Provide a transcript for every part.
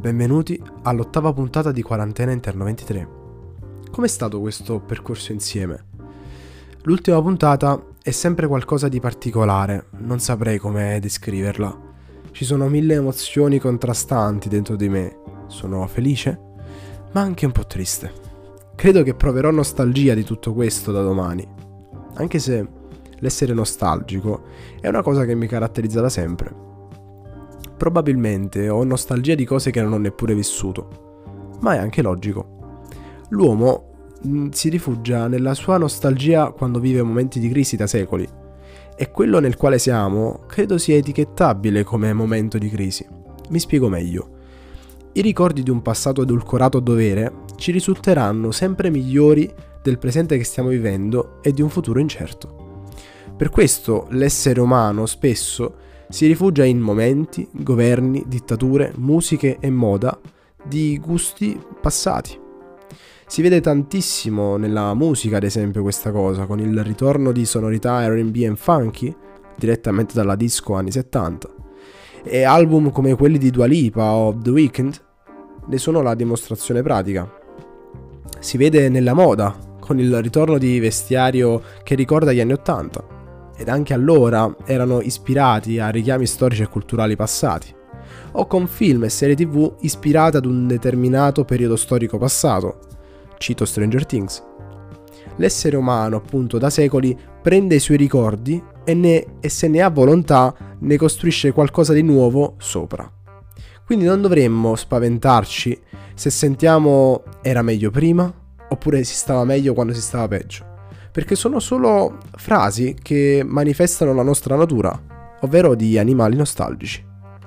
benvenuti all'8ª puntata di Quarantena Interno 23. Com'è stato questo percorso insieme? L'ultima puntata è sempre qualcosa di particolare, non saprei come descriverla. Ci sono 1000 emozioni contrastanti dentro di me. Sono felice, ma anche un po' triste. Credo che proverò nostalgia di tutto questo da domani, anche se l'essere nostalgico è una cosa che mi caratterizza da sempre. Probabilmente ho nostalgia di cose che non ho neppure vissuto, ma è anche logico. L'uomo si rifugia nella sua nostalgia quando vive momenti di crisi da secoli, e quello nel quale siamo credo sia etichettabile come momento di crisi. Mi spiego meglio. I ricordi di un passato edulcorato a dovere ci risulteranno sempre migliori del presente che stiamo vivendo e di un futuro incerto. Per questo l'essere umano spesso si rifugia in momenti, governi, dittature, musiche e moda di gusti passati. Si vede tantissimo nella musica, ad esempio, questa cosa, con il ritorno di sonorità R&B e funky, direttamente dalla disco anni 70. E album come quelli di Dua Lipa o The Weeknd ne sono la dimostrazione pratica. Si vede nella moda, con il ritorno di vestiario che ricorda gli anni 80, ed anche allora erano ispirati a richiami storici e culturali passati, o con film e serie TV ispirate ad un determinato periodo storico passato. Cito Stranger Things. L'essere umano, appunto, da secoli prende i suoi ricordi e se ne ha volontà ne costruisce qualcosa di nuovo sopra. Quindi non dovremmo spaventarci se sentiamo era meglio prima oppure si stava meglio quando si stava peggio, perché sono solo frasi che manifestano la nostra natura, ovvero di animali nostalgici.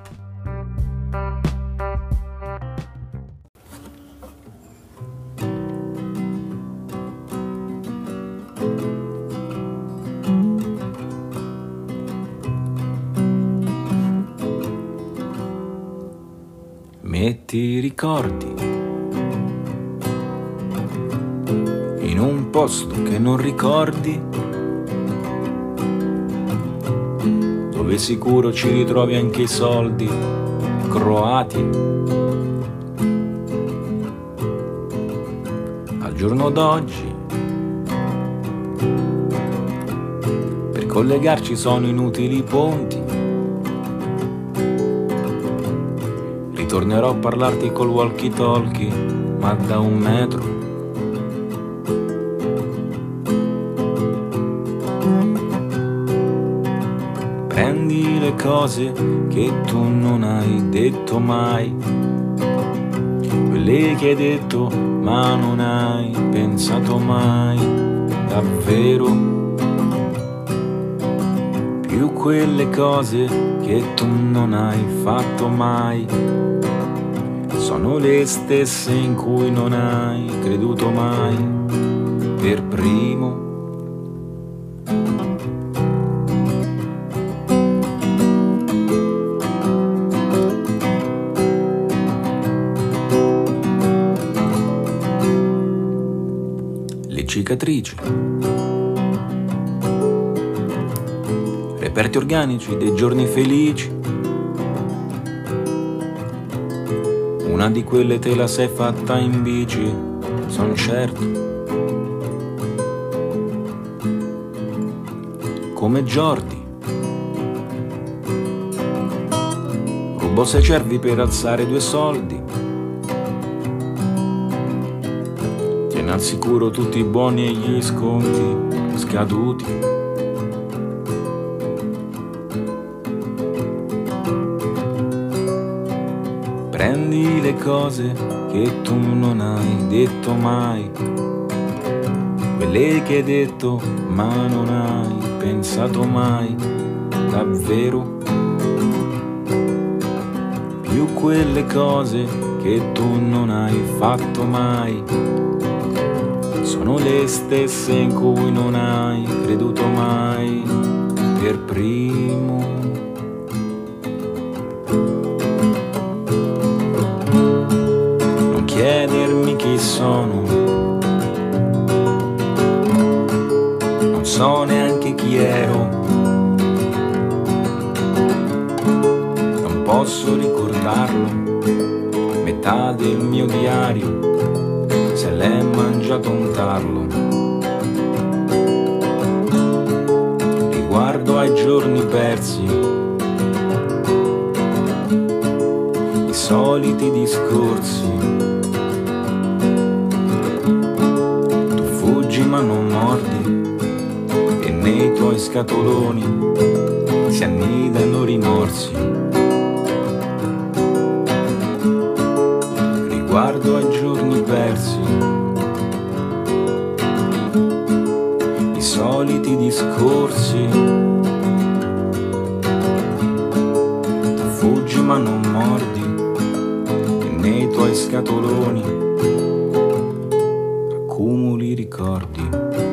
Metti i ricordi in un posto che non ricordi, dove sicuro ci ritrovi anche i soldi croati. Al giorno d'oggi per collegarci sono inutili i ponti. Tornerò a parlarti col walkie-talkie, ma da 1 metro. Prendi le cose che tu non hai detto mai, quelle che hai detto ma non hai pensato mai, davvero. Più quelle cose che tu non hai fatto mai, sono le stesse in cui non hai creduto mai per primo. Le cicatrici, reperti organici dei giorni felici. Una di quelle te la sei fatta in bici, son certo. Come Jordi, rubò 6 cervi per alzare 2 soldi. Tieni al sicuro tutti i buoni e gli sconti scaduti. Prendi le cose che tu non hai detto mai, quelle che hai detto ma non hai pensato mai, davvero. Più quelle cose che tu non hai fatto mai, sono le stesse in cui non hai creduto mai per primo. Chiedermi chi sono, non so neanche chi ero, non posso ricordarlo, metà del mio diario se l'è mangiato un tarlo. Riguardo ai giorni persi, i soliti discorsi. Tu fuggi ma non mordi, e nei tuoi scatoloni si annidano rimorsi. Riguardo ai giorni persi, i soliti discorsi. Tu fuggi ma non mordi, e nei tuoi scatoloni accumuli ricordi.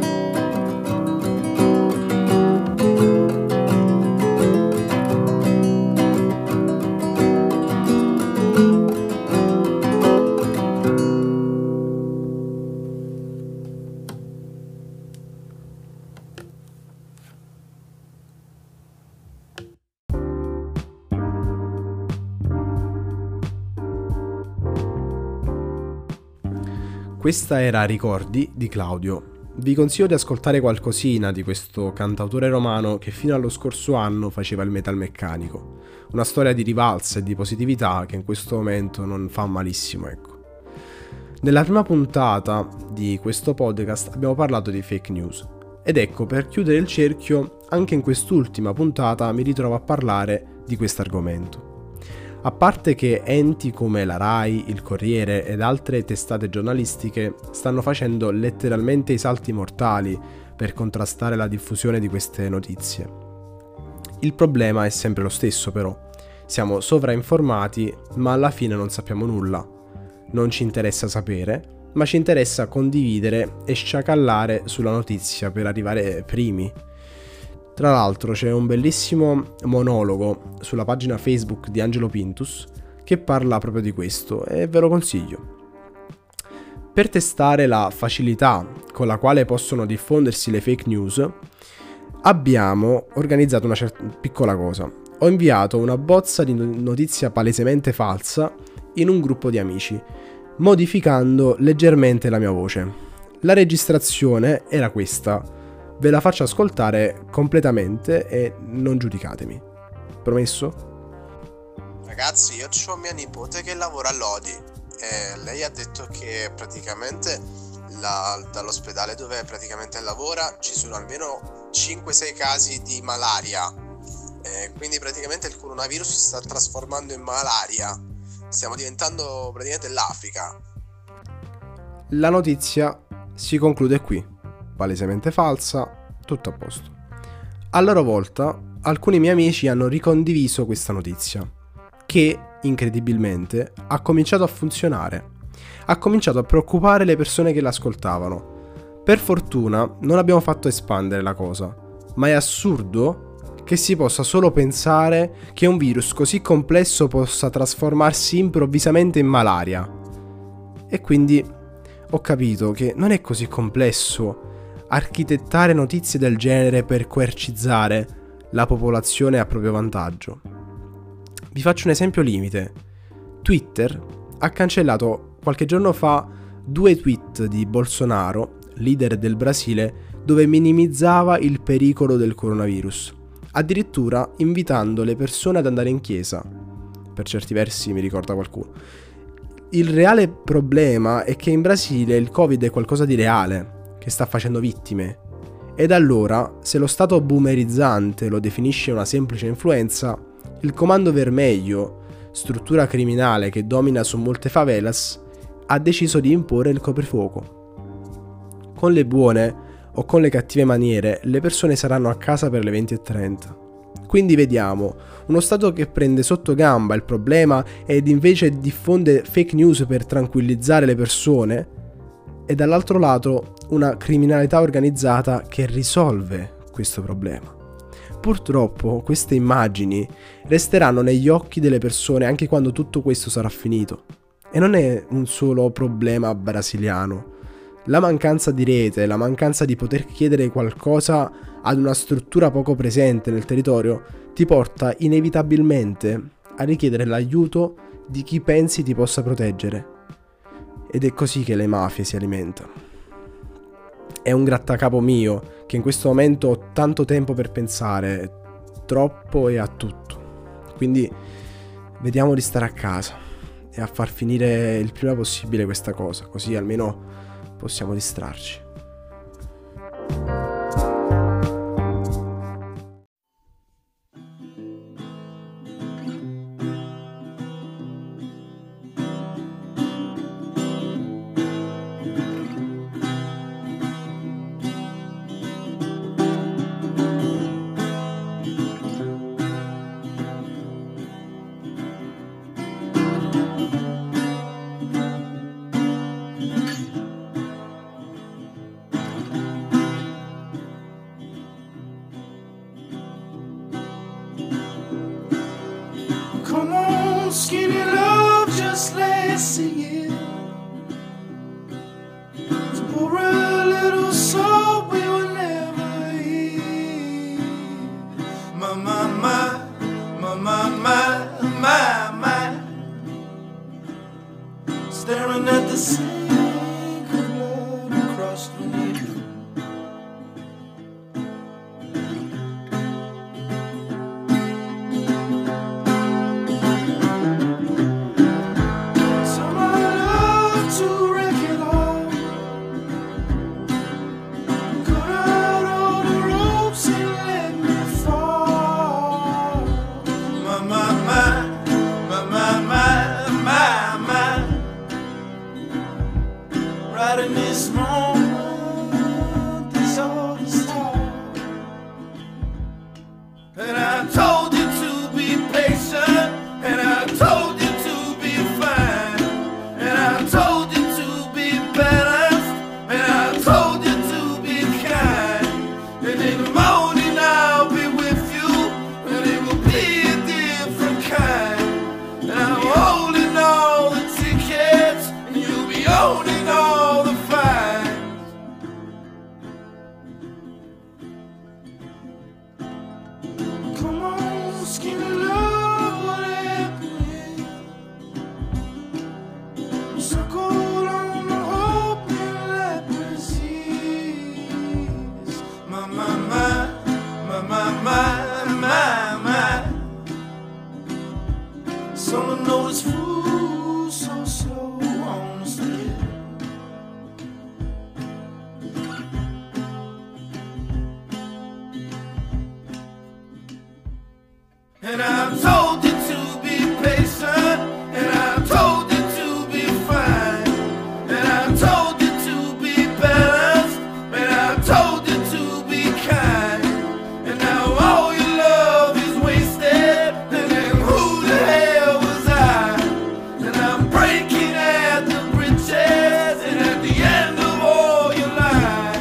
Questa era Ricordi di Claudio. Vi consiglio di ascoltare qualcosina di questo cantautore romano che fino allo scorso anno faceva il metalmeccanico. Una storia di rivalsa e di positività che in questo momento non fa malissimo, ecco. Nella prima puntata di questo podcast abbiamo parlato di fake news. Ed ecco, per chiudere il cerchio, anche in quest'ultima puntata mi ritrovo a parlare di questo argomento. A parte che enti come la Rai, il Corriere ed altre testate giornalistiche stanno facendo letteralmente i salti mortali per contrastare la diffusione di queste notizie. Il problema è sempre lo stesso però. Siamo sovrainformati, ma alla fine non sappiamo nulla. Non ci interessa sapere, ma ci interessa condividere e sciacallare sulla notizia per arrivare primi. Tra l'altro c'è un bellissimo monologo sulla pagina Facebook di Angelo Pintus che parla proprio di questo e ve lo consiglio. Per testare la facilità con la quale possono diffondersi le fake news, abbiamo organizzato una piccola cosa. Ho inviato una bozza di notizia palesemente falsa in un gruppo di amici, modificando leggermente la mia voce. La registrazione era questa. Ve la faccio ascoltare completamente e non giudicatemi. Promesso? Ragazzi, io ho mia nipote che lavora all'Odi e lei ha detto che praticamente dall'ospedale dove praticamente lavora ci sono almeno 5-6 casi di malaria. Quindi praticamente il coronavirus si sta trasformando in malaria. Stiamo diventando praticamente l'Africa. La notizia si conclude qui. Palesemente falsa, tutto a posto. A loro volta, alcuni miei amici hanno ricondiviso questa notizia, che, incredibilmente, ha cominciato a funzionare. Ha cominciato a preoccupare le persone che l'ascoltavano. Per fortuna, non abbiamo fatto espandere la cosa, ma è assurdo che si possa solo pensare che un virus così complesso possa trasformarsi improvvisamente in malaria. E quindi ho capito che non è così complesso architettare notizie del genere per coercizzare la popolazione a proprio vantaggio. Vi faccio un esempio limite. Twitter ha cancellato qualche giorno fa 2 tweet di Bolsonaro, leader del Brasile, dove minimizzava il pericolo del coronavirus, addirittura invitando le persone ad andare in chiesa. Per certi versi mi ricorda qualcuno. Il reale problema è che in Brasile il Covid è qualcosa di reale, che sta facendo vittime. Ed allora, se lo stato boomerizzante lo definisce una semplice influenza, il Comando Vermelho, struttura criminale che domina su molte favelas, ha deciso di imporre il coprifuoco. Con le buone o con le cattive maniere, le persone saranno a casa per le 20:30. Quindi vediamo uno Stato che prende sotto gamba il problema ed invece diffonde fake news per tranquillizzare le persone, e dall'altro lato una criminalità organizzata che risolve questo problema. Purtroppo queste immagini resteranno negli occhi delle persone anche quando tutto questo sarà finito. E non è un solo problema brasiliano. La mancanza di rete, la mancanza di poter chiedere qualcosa ad una struttura poco presente nel territorio ti porta inevitabilmente a richiedere l'aiuto di chi pensi ti possa proteggere. Ed è così che le mafie si alimentano. È un grattacapo mio che in questo momento ho tanto tempo per pensare, troppo e a tutto. Quindi vediamo di stare a casa e a far finire il prima possibile questa cosa, così almeno possiamo distrarci. Come on, skinny love, just let's sing it. To pour a little salt we will never eat. My, my, my, my, my, my, my, my. Staring at the sink of blood across the knee. Right in this moment, this all is hard. And I told you to be patient, and I told you to be fine, and I told you to be balanced, and I told you to be kind. And in the morning I'll be with you, and it will be a different kind. And I'm holding all the tickets, and you'll be owning all the fines. Come on, skinny love, what happened? Circled on the hope and leprosies. My, my, my, my, my, my, my, my. Someone noticed food so slow on the stairs. And I told you to be patient, and I told you to be fine, and I told you to be balanced, and I told you to be kind. And now all your love is wasted, and then who the hell was I? And I'm breaking at the bridges, and at the end of all your lies.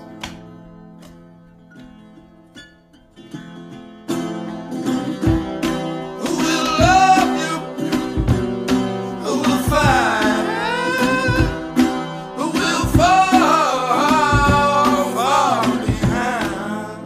Who will love you? Who will find? Who will fall behind?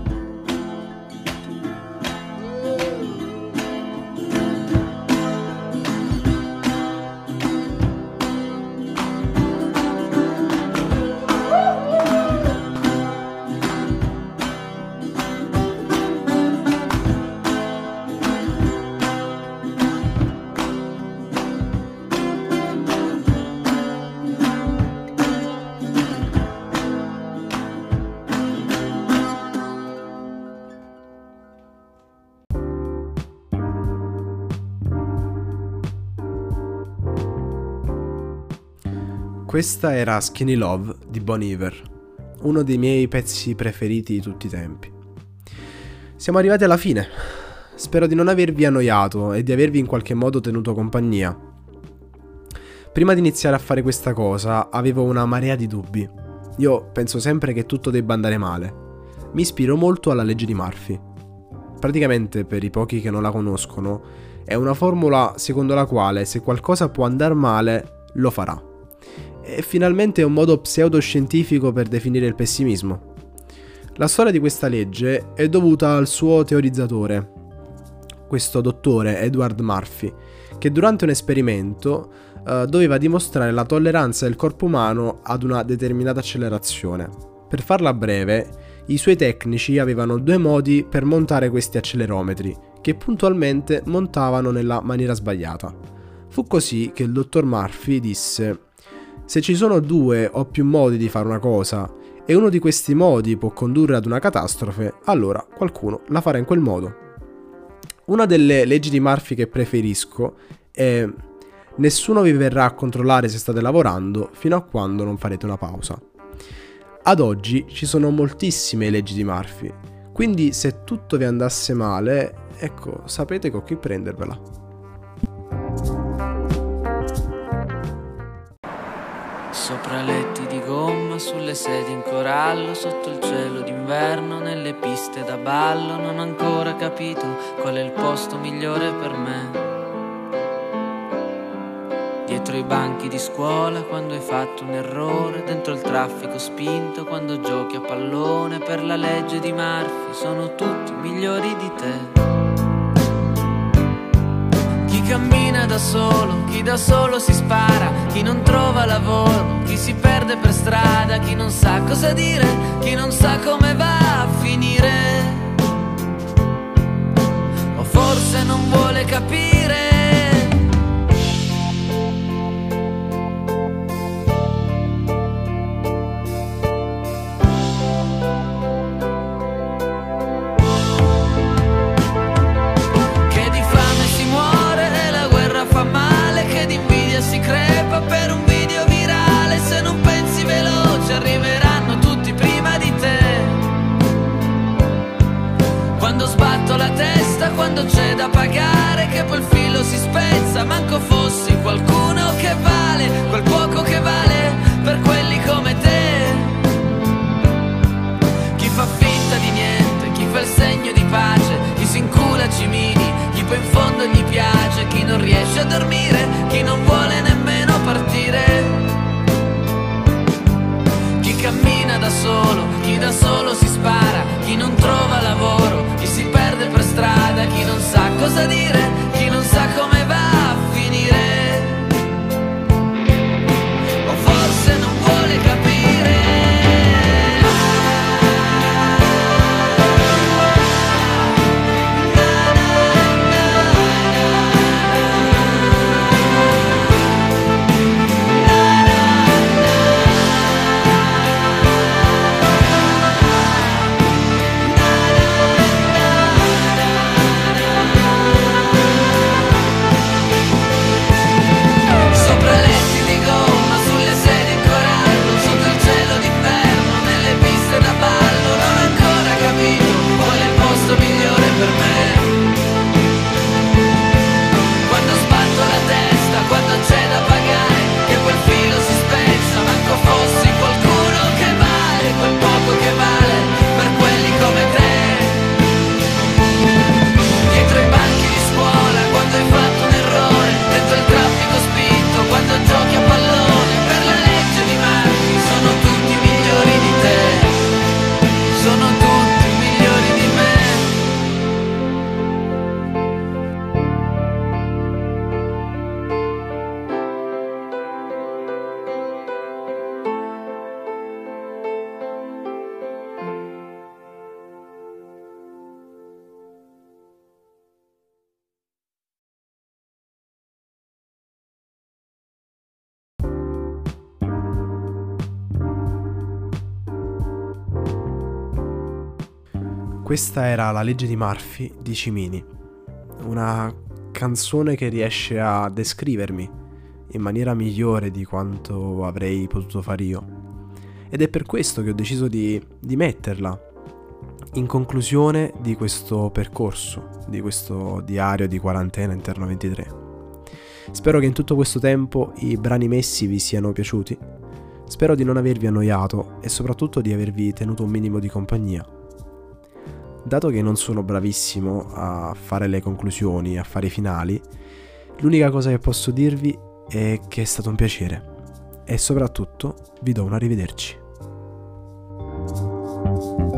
Questa era Skinny Love di Bon Iver, uno dei miei pezzi preferiti di tutti i tempi. Siamo arrivati alla fine. Spero di non avervi annoiato e di avervi in qualche modo tenuto compagnia. Prima di iniziare a fare questa cosa avevo una marea di dubbi. Io penso sempre che tutto debba andare male. Mi ispiro molto alla legge di Murphy. Praticamente, per i pochi che non la conoscono, è una formula secondo la quale se qualcosa può andare male, lo farà. E finalmente è un modo pseudoscientifico per definire il pessimismo. La storia di questa legge è dovuta al suo teorizzatore, questo dottore Edward Murphy, che durante un esperimento doveva dimostrare la tolleranza del corpo umano ad una determinata accelerazione. Per farla breve, i suoi tecnici avevano 2 modi per montare questi accelerometri, che puntualmente montavano nella maniera sbagliata. Fu così che il dottor Murphy disse: se ci sono 2 o più modi di fare una cosa e uno di questi modi può condurre ad una catastrofe, allora qualcuno la farà in quel modo. Una delle leggi di Murphy che preferisco è: nessuno vi verrà a controllare se state lavorando fino a quando non farete una pausa. Ad oggi ci sono moltissime leggi di Murphy, quindi se tutto vi andasse male, ecco, sapete con chi prendervela. Sopra letti di gomma, sulle sedie in corallo, sotto il cielo d'inverno, nelle piste da ballo, non ho ancora capito qual è il posto migliore per me. Dietro i banchi di scuola quando hai fatto un errore, dentro il traffico spinto quando giochi a pallone, per la legge di Murphy sono tutti migliori di te. Chi cammina da solo, chi da solo si spara, chi non trova lavoro, chi si perde per strada, chi non sa cosa dire, chi non sa come va a finire, o forse non vuole capire. Si crepa per un video virale, se non pensi veloce arriveranno tutti prima di te. Quando sbatto la testa, quando c'è da pagare, che poi il filo si spezza, manco fossi qualcuno che vale quel poco che vale per quelli come te. Chi fa finta di niente, chi fa il segno di pace, chi si incula cimini, chi poi in fondo gli piace, chi non riesce a dormire, chi non vuole nemmeno partire, chi cammina da solo, chi da solo si spara, chi non trova lavoro, chi si perde per strada, chi non sa cosa dire, chi non sa come va a finire, o forse non vuole capire. Questa era La legge di Murphy di Cimini, una canzone che riesce a descrivermi in maniera migliore di quanto avrei potuto fare io. Ed è per questo che ho deciso di metterla in conclusione di questo percorso, di questo diario di quarantena interno 23. Spero che in tutto questo tempo i brani messi vi siano piaciuti, spero di non avervi annoiato e soprattutto di avervi tenuto un minimo di compagnia. Dato che non sono bravissimo a fare le conclusioni, a fare i finali, l'unica cosa che posso dirvi è che è stato un piacere e soprattutto vi do un arrivederci.